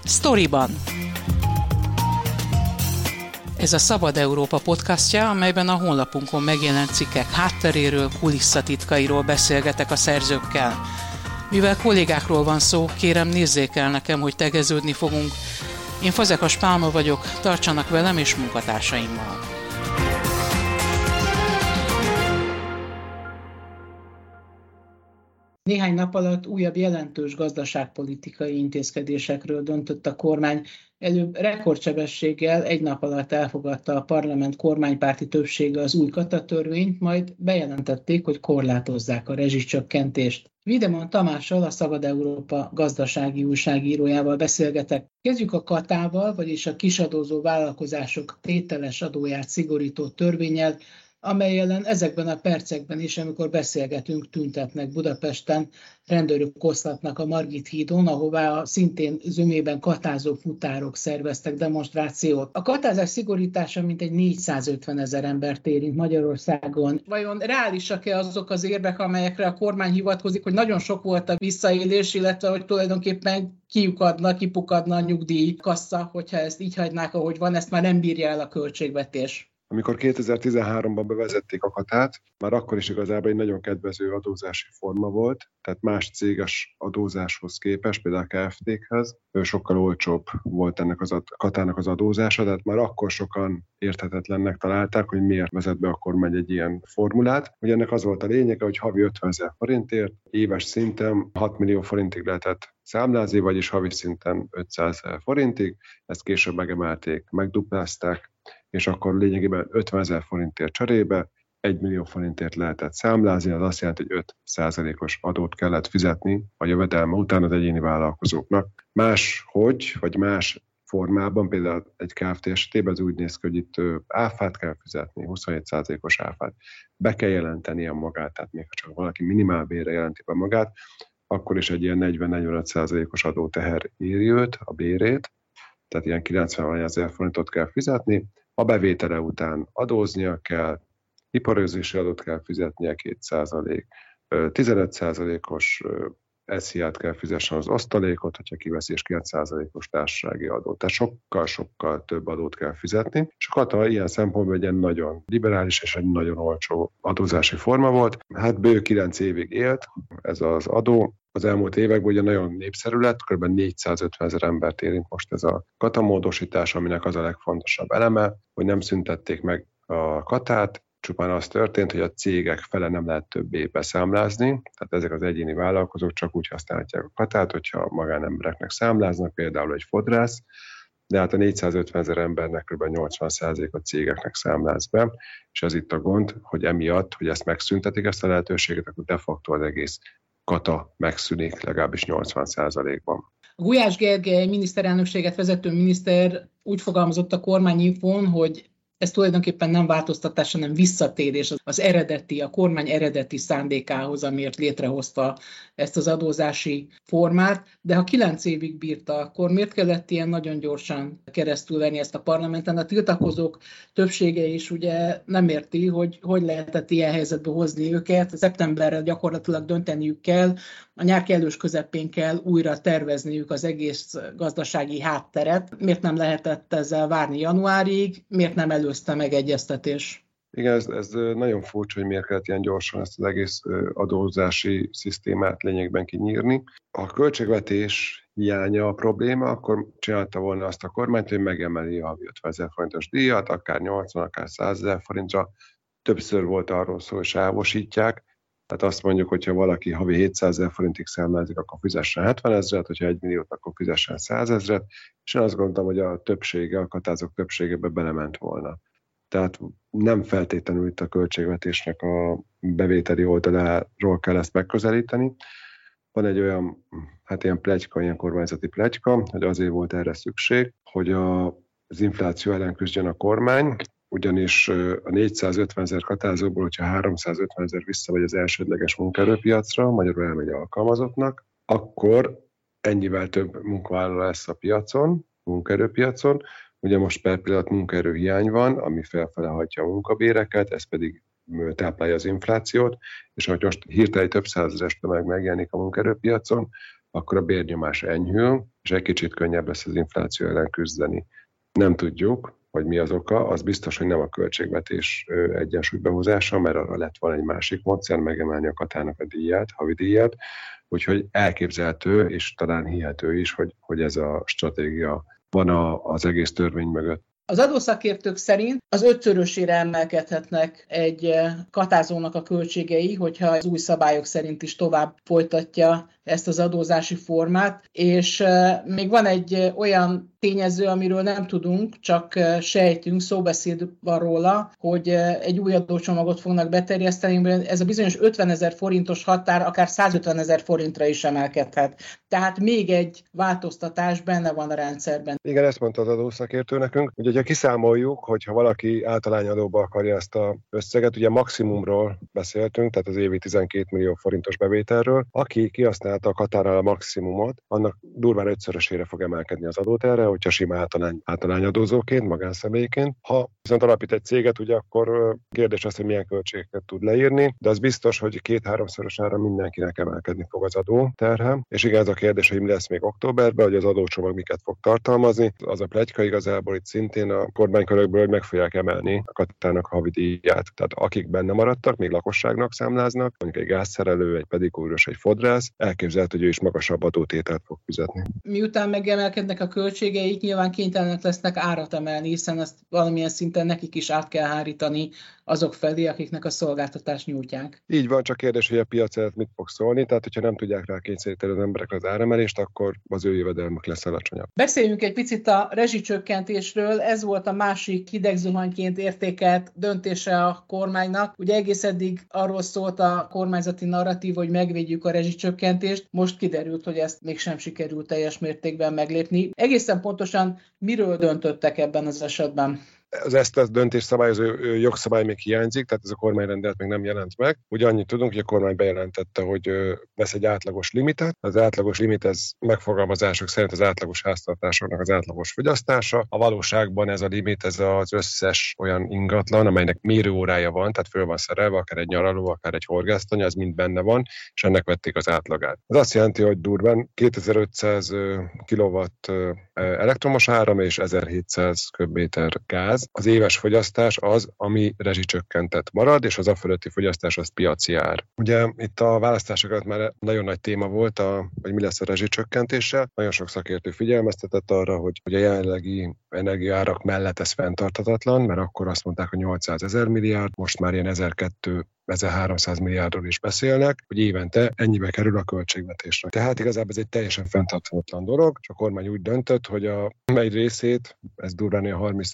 Sztoriban. Ez a Szabad Európa podcastja, amelyben a honlapunkon megjelent cikkek hátteréről, kulisszatitkairól beszélgetek a szerzőkkel. Mivel kollégákról van szó, kérem nézzék el nekem, hogy tegeződni fogunk. Én Fazekas Pálma vagyok, tartsanak velem és munkatársaimmal. Néhány nap alatt újabb jelentős gazdaságpolitikai intézkedésekről döntött a kormány. Előbb rekordsebességgel egy nap alatt elfogadta a parlament kormánypárti többsége az új katatörvényt, majd bejelentették, hogy korlátozzák a rezsicsökkentést. Wiedemann Tamással, a Szabad Európa gazdasági újságírójával beszélgetek. Kezdjük a katával, vagyis a kisadózó vállalkozások tételes adóját szigorító törvénnyel, amely ellen ezekben a percekben is, amikor beszélgetünk, tüntetnek Budapesten, rendőrök oszlatnak a Margit hídon, ahová a szintén zömében katázó futárok szerveztek demonstrációt. A katázás szigorítása mintegy 450 000 embert érint Magyarországon. Vajon reálisak-e azok az érvek, amelyekre a kormány hivatkozik, hogy nagyon sok volt a visszaélés, illetve hogy tulajdonképpen kipukadna a nyugdíjkassa, hogyha ezt így hagynák, ahogy van, ezt már nem bírja el a költségvetés? Amikor 2013-ban bevezették a katát, már akkor is igazából egy nagyon kedvező adózási forma volt, tehát más céges adózáshoz képest, például a Kft-hez, sokkal olcsóbb volt ennek a katának az adózása, tehát már akkor sokan érthetetlennek találták, hogy miért vezet be a kormány egy ilyen formulát. Ugye ennek az volt a lényege, hogy havi 50 000 forintért, éves szinten 6 millió forintig lehetett számlázni, vagyis havi szinten 500 000 forintig, ezt később megemelték, megduplázták, és akkor lényegében 50 000 forintért cserébe 1 millió forintért lehetett számlázni, az azt jelenti, hogy 5%-os adót kellett fizetni a jövedelme után az egyéni vállalkozóknak. Máshogy, vagy más formában, például egy Kft. Esetében az úgy néz ki, hogy itt áfát kell fizetni, 27%-os áfát. Be kell jelentenie magát, tehát még ha csak valaki minimálbérre jelenti be magát, akkor is egy ilyen 40-45%-os adóteher éri őt, a bérét, tehát ilyen 90 000 forintot kell fizetni, a bevétele után adóznia kell, iparőzési adót kell fizetnie 2%, 15%-os SZIA-t kell fizessen az osztalékot, hogyha kiveszi, és 2%-os társasági adót. Tehát sokkal több adót kell fizetni. És a kata ilyen szempontból egy ilyen nagyon liberális és egy nagyon olcsó adózási forma volt. Hát bő 9 évig élt ez az adó. Az elmúlt években ugye nagyon népszerű lett, kb. 450 000 embert érint most ez a katamódosítás, aminek az a legfontosabb eleme, hogy nem szüntették meg a katát, csupán az történt, hogy a cégek fele nem lehet többé beszámlázni, tehát ezek az egyéni vállalkozók csak úgy használhatják a katát, hogyha magánembereknek számláznak, például egy fodrász, de hát a 450 000 embernek kb. 80% a cégeknek számláz be, és ez itt a gond, hogy emiatt, hogy ezt megszüntetik, ezt a lehetőséget, akkor de facto az egész kata megszűnik, legalábbis 80%-ban. Gulyás Gergely miniszterelnökséget vezető miniszter úgy fogalmazott a kormányinfón, hogy ez tulajdonképpen nem változtatás, hanem visszatérés a kormány eredeti szándékához, amiért létrehozta ezt az adózási formát. De ha 9 évig bírta, akkor miért kellett ilyen nagyon gyorsan keresztülvenni ezt a parlamenten? A tiltakozók többsége is ugye nem érti, hogy lehetett ilyen helyzetbe hozni őket. Szeptemberre gyakorlatilag dönteniük kell, a nyár kellős közepén kell újra tervezniük az egész gazdasági hátteret. Miért nem lehetett ezzel várni januárig? Miért nem előzte megegyeztetés? Igen, ez nagyon furcsa, hogy miért kellett ilyen gyorsan ezt az egész adózási szisztémát lényegben kinyírni. A költségvetés hiánya a probléma, akkor csinálta volna azt a kormányt, hogy megemeli a havi 50 000 forintos díjat, akár 80, akár 100 000 forintra. Többször volt arról szó, hogy sávosítják. Tehát azt mondjuk, hogyha valaki havi 700 000 forintig számlázik, akkor fizessen 70 000-et, hogyha 1 milliót, akkor fizessen 100 000-et, és én azt gondoltam, hogy a katázók többségebe belement volna. Tehát nem feltétlenül itt a költségvetésnek a bevételi oldaláról kell ezt megközelíteni. Van egy olyan, ilyen pletyka, ilyen kormányzati pletyka, hogy azért volt erre szükség, hogy az infláció ellen küzdjön a kormány, ugyanis a 450 000 katázóból, hogyha 350 000 visszamegy az elsődleges munkaerőpiacra, magyarul elmegy alkalmazottnak, akkor ennyivel több munkavállaló lesz a munkaerőpiacon. Ugye most per pillanat munkaerőhiány van, ami felfele hajtja a munkabéreket, ez pedig táplálja az inflációt, és hogy most hirtelen több százezeres tömeg megjelenik a munkaerőpiacon, akkor a bérnyomás enyhül, és egy kicsit könnyebb lesz az infláció ellen küzdeni. Nem tudjuk, hogy mi az oka, az biztos, hogy nem a költségvetés egyensúlybehozása, mert arra lett volna egy másik módszer, megemelni a katának a díját, havi díjat, úgyhogy elképzelhető, és talán hihető is, hogy ez a stratégia van az egész törvény mögött. Az adószakértők szerint az 5-szörösére emelkedhetnek egy katázónak a költségei, hogyha az új szabályok szerint is tovább folytatja ezt az adózási formát, és még van egy olyan tényező, amiről nem tudunk, csak sejtünk, szóbeszéd van róla, hogy egy új adócsomagot fognak beterjeszteni, ez a bizonyos 50 000 forintos határ akár 150 000 forintra is emelkedhet. Tehát még egy változtatás benne van a rendszerben. Igen, ezt mondta az adószakértő nekünk. Ugye, ha kiszámoljuk, hogyha valaki általányadóba akarja ezt az összeget, ugye maximumról beszéltünk, tehát az évi 12 millió forintos bevételről. Aki kihasználta a katárral a maximumot, annak durván 5-szörösére fog emelkedni az adóterre, hogyha sima általányadózóként, magánszemélyként. Ha viszont alapít egy céget, ugye akkor kérdés az, hogy milyen költségeket tud leírni, de az biztos, hogy 2-3-szorosára mindenkinek emelkedni fog az adóterhe. És igen, ez a kérdés, hogy mi lesz még októberben, hogy az adócsomag miket fog tartalmazni. Az a pletyka igazából itt szintén a kormánykörökből, hogy meg fogják emelni a katának a havi díját. Tehát akik benne maradtak, még lakosságnak számláznak, mondjuk egy gázszerelő, egy pedikúros, egy fodrász, elképzelhető, hogy ő is magasabb adótételt fog fizetni. Miután megemelkednek a költségeik, nyilván kénytelenek lesznek árat emelni, hiszen ezt valamilyen szinten nekik is át kell hárítani azok felé, akiknek a szolgáltatást nyújtják. Így van, csak kérdés, hogy a piac előtt mit fog szólni, tehát hogyha nem tudják rá kényszeríteni az emberekre az áremelést, akkor az ő jövedelmük lesz alacsonyabb. Beszéljünk egy picit a rezsicsökkentésről. Ez volt a másik hidegzuhanyként értékelt döntése a kormánynak. Ugye egész eddig arról szólt a kormányzati narratív, hogy megvédjük a rezsicsökkentést. Most kiderült, hogy ezt mégsem sikerült teljes mértékben meglépni. Egészen pontosan miről döntöttek ebben az esetben? Ezt a döntést szabályozó jogszabály még hiányzik, tehát ez a kormányrendelet még nem jelent meg. Ugye annyit tudunk, hogy a kormány bejelentette, hogy vesz egy átlagos limitet. Az átlagos limit, ez megfogalmazások szerint az átlagos háztartásoknak az átlagos fogyasztása. A valóságban ez a limit, ez az összes olyan ingatlan, amelynek mérőórája van, tehát föl van szerelve, akár egy nyaraló, akár egy horgásztanya, az mind benne van, és ennek vették az átlagát. Ez azt jelenti, hogy durván 2500 kW elektromos áram és 1700 köbméter gáz. Az éves fogyasztás az, ami rezsicsökkentett marad, és az a fölötti fogyasztás az piaci ár. Ugye itt a választásokat már nagyon nagy téma volt, hogy mi lesz a rezsicsökkentéssel. Nagyon sok szakértő figyelmeztetett arra, hogy a jelenlegi energiaárak mellett ez fenntarthatatlan, mert akkor azt mondták, hogy 800 000 milliárd, most már ilyen 1200-1300 milliárdról is beszélnek, hogy évente ennyibe kerül a költségvetésre. Tehát igazából ez egy teljesen fenntarthatatlan dolog, és a kormány úgy döntött, hogy egy részét, ez durván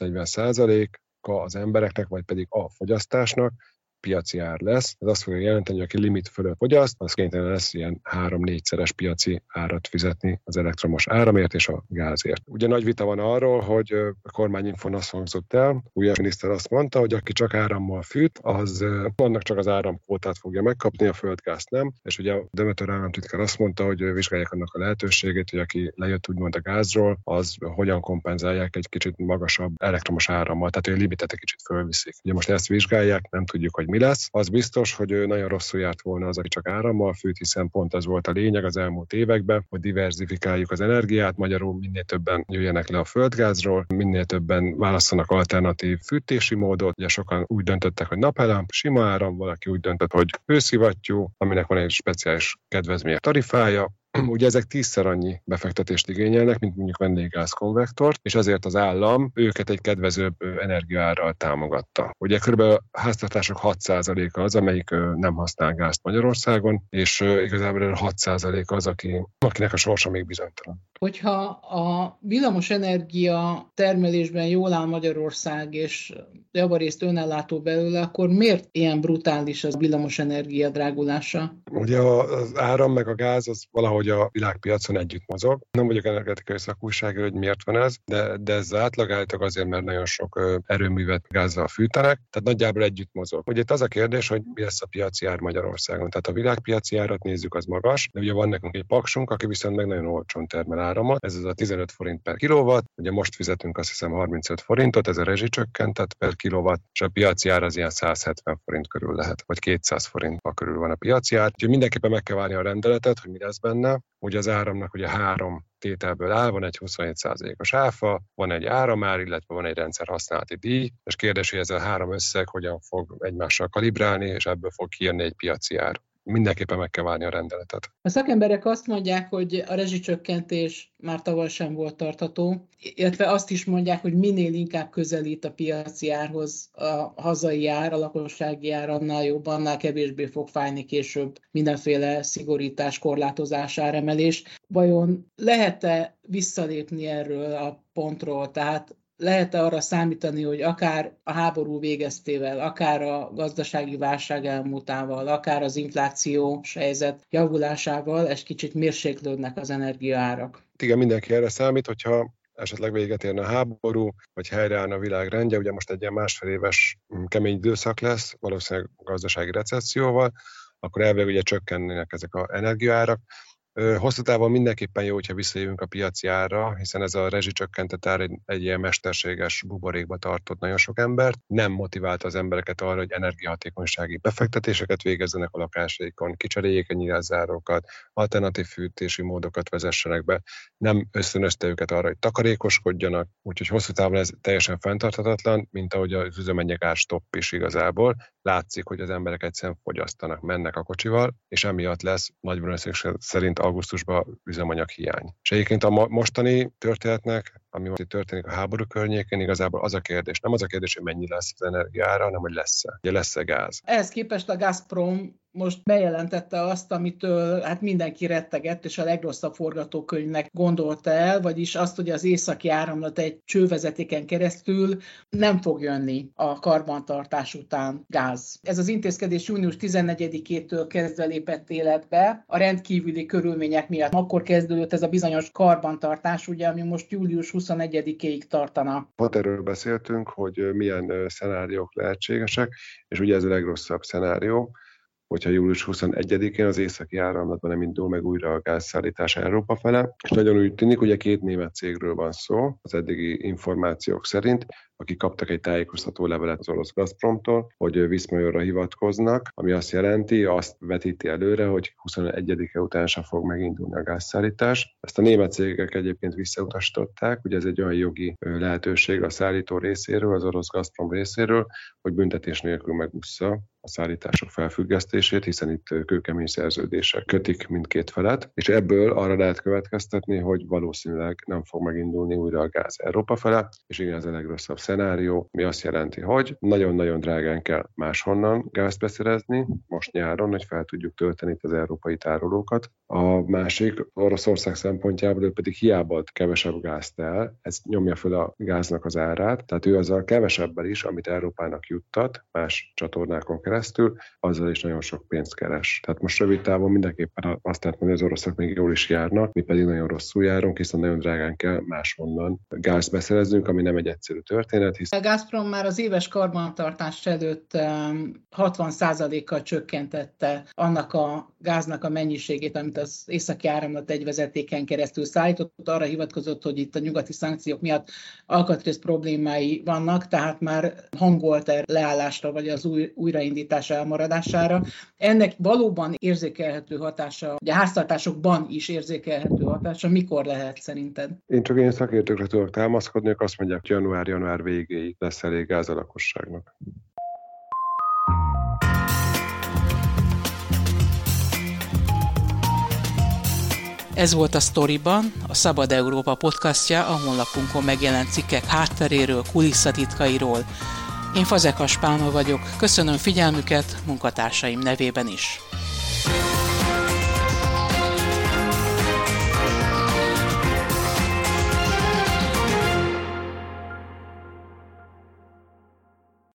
30-40% az embereknek, vagy pedig a fogyasztásnak piaci ár lesz. Ez azt fogja jelenteni, hogy aki limit fölött fogyaszt, az kénytelen lesz ilyen 3-4-szeres piaci árat fizetni az elektromos áramért és a gázért. Ugye nagy vita van arról, hogy a kormányinfon azt hangzott el, újabb miniszter azt mondta, hogy aki csak árammal fűt, az annak csak az áramkvótát fogja megkapni, a földgázt nem. És ugye a Demeter államtitkár azt mondta, hogy vizsgálják annak a lehetőségét, hogy aki lejött úgymond a gázról, az hogyan kompenzálják egy kicsit magasabb elektromos árammal, tehát a limitet egy kicsit fölviszik. Ugye most ezt vizsgálják, nem tudjuk, hogy mi lesz. Az biztos, hogy nagyon rosszul járt volna az, aki csak árammal fűt, hiszen pont az volt a lényeg az elmúlt években, hogy diverzifikáljuk az energiát, magyarul minél többen jöjjenek le a földgázról, minél többen válasszanak alternatív fűtési módot. Ugye sokan úgy döntöttek, hogy napelem, sima áram, valaki úgy döntött, hogy hőszivattyú, aminek van egy speciális kedvezményes tarifája. Ugye ezek 10-szer annyi befektetést igényelnek, mint mondjuk vendéggázkonvektort, és azért az állam őket egy kedvezőbb energiaárral támogatta. Ugye kb. A háztartások 6%-a az, amelyik nem használ gázt Magyarországon, és igazából 6% az, akinek a sorsa még bizonytalan. Hogyha a villamos energia termelésben jól áll Magyarország, és javarészt önellátó belőle, akkor miért ilyen brutális az villamos energia drágulása? Ugye az áram meg a gáz az valahogy a világpiacon együtt mozog. Nem vagyok energetikai szakújságíró, hogy miért van ez, de ez átlagállítólag azért, mert nagyon sok erőművet gázzal fűtenek, tehát nagyjából együtt mozog. Ugye itt az a kérdés, hogy mi lesz a piaci ár Magyarországon. Tehát a világpiaci árat nézzük, az magas, de ugye van nekünk egy paksunk, aki viszont meg nagyon olcsón termel áramot. Ez az a 15 forint per kilowatt, ugye most fizetünk azt hiszem 35 forintot, ez a rezsicsökkentett per kilowatt, és a piaci ár az ilyen 170 forint körül lehet, vagy 200 forint körül van a piaci ár. Úgyhogy mindenképpen meg kell várni a rendeletet, hogy mi lesz benne. ára. Ugye az áramnak ugye 3 tételből áll, van egy 27%-os áfa, van egy áramár, illetve van egy rendszerhasználati díj, és kérdés, hogy ez a 3 összeg hogyan fog egymással kalibrálni, és ebből fog kijönni egy piaci ár. Mindenképpen meg kell várni a rendeletet. A szakemberek azt mondják, hogy a rezsicsökkentés már tavaly sem volt tartható, illetve azt is mondják, hogy minél inkább közelít a piaci árhoz a hazai ár, a lakossági ár, annál jobb, annál kevésbé fog fájni később mindenféle szigorítás, korlátozás, áremelés. Vajon lehet-e visszalépni erről a pontról? Tehát lehet-e arra számítani, hogy akár a háború végeztével, akár a gazdasági válság elmúltával, akár az inflációs helyzet javulásával egy kicsit mérséklődnek az energiaárak? Igen, mindenki erre számít, hogyha esetleg véget érne a háború, vagy helyreállna a világ rendje, ugye most egy ilyen 1,5 éves kemény időszak lesz, valószínűleg gazdasági recesszióval, akkor elvileg ugye csökkennének ezek az energiaárak. Hosszú távon mindenképpen jó, hogyha visszajövünk a piaci árra, hiszen ez a rezsicsökkentett ár egy ilyen mesterséges buborékba tartott nagyon sok embert. Nem motiválta az embereket arra, hogy energiahatékonysági befektetéseket végezzenek a lakásaikon, kicseréljék a nyilászárókat, alternatív fűtési módokat vezessenek be. Nem ösztönözte őket arra, hogy takarékoskodjanak, úgyhogy hosszú távon ez teljesen fenntarthatatlan, mint ahogy az üzemanyag árstopp is igazából. Látszik, hogy az emberek egyszerűen fogyasztanak, mennek a kocsival, és emiatt lesz nagy valószínűség szerint augusztusban üzemanyag hiány. És egyébként a mostani történetnek, ami most itt történik a háború környékén, igazából az a kérdés, nem az a kérdés, hogy mennyi lesz az energiára, hanem hogy lesz-e. Ugye lesz-e gáz. Ehhez képest a Gazprom most bejelentette azt, amitől hát mindenki rettegett, és a legrosszabb forgatókönyvnek gondolta el, vagyis azt, hogy az északi áramlat egy csővezetéken keresztül nem fog jönni a karbantartás után gáz. Ez az intézkedés június 14-től kezdve lépett életbe. A rendkívüli körülmények miatt akkor kezdődött ez a bizonyos karbantartás, ugye, ami most július 21-ig tartana. Pont erről beszéltünk, hogy milyen szenáriók lehetségesek, és ugye ez a legrosszabb szenárió, hogyha július 21-én az északi áramlatban nem indul meg újra a gázszállítás Európa fele. És nagyon úgy tűnik, hogy 2 német cégről van szó, az eddigi információk szerint, akik kaptak egy tájékoztató levelet az orosz Gazpromtól, hogy Viszmajorra hivatkoznak, ami azt jelenti, azt vetíti előre, hogy 21-e után sem fog megindulni a gázszállítás. Ezt a német cégek egyébként visszautasították, ugye ez egy olyan jogi lehetőség a szállító részéről, az orosz Gazprom részéről, hogy büntetés nélkül megússza a szállítások felfüggesztését, hiszen itt kőkemény szerződések kötik mindkét felet, és ebből arra lehet következtetni, hogy valószínűleg nem fog megindulni újra a gáz Európa fele, és igen, ez a legrosszabb szenárió, mi azt jelenti, hogy nagyon-nagyon drágán kell máshonnan gázt beszerezni, most nyáron, hogy fel tudjuk tölteni itt az európai tárolókat. A másik Oroszország szempontjából pedig hiába ad kevesebb gázt el, ez nyomja fel a gáznak az árát, tehát ő azzal kevesebbel is, amit Európának juttat, más csatornákon keresztül, azzal is nagyon sok pénzt keres. Tehát most rövid távon mindenképpen azt lehet mondani, hogy az oroszok még jól is járnak, mi pedig nagyon rosszul járunk, hiszen nagyon drágán kell máshonnan gázt beszereznünk, ami nem egy egyszerű történet. A Gazprom már az éves karbantartás előtt 60%-kal csökkentette annak a gáznak a mennyiségét, amit az északi áramlat egy vezetéken keresztül szállított. Arra hivatkozott, hogy itt a nyugati szankciók miatt alkatrész problémái vannak, tehát már hangolt erre leállásra, vagy az újraindítás elmaradására. Ennek valóban érzékelhető hatása, ugye a háztartásokban is érzékelhető hatása, mikor lehet szerinted? Én csak én szakértőkre tudok támaszkodni, ők azt mondják, hogy január végéig lesz elég gáz a lakosságnak. Ez volt a Sztoriban, a Szabad Európa podcastja, a honlapunkon megjelent cikkek hátteréről, kulisszatitkairól. Én Fazekas Pálma vagyok, köszönöm figyelmüket munkatársaim nevében is.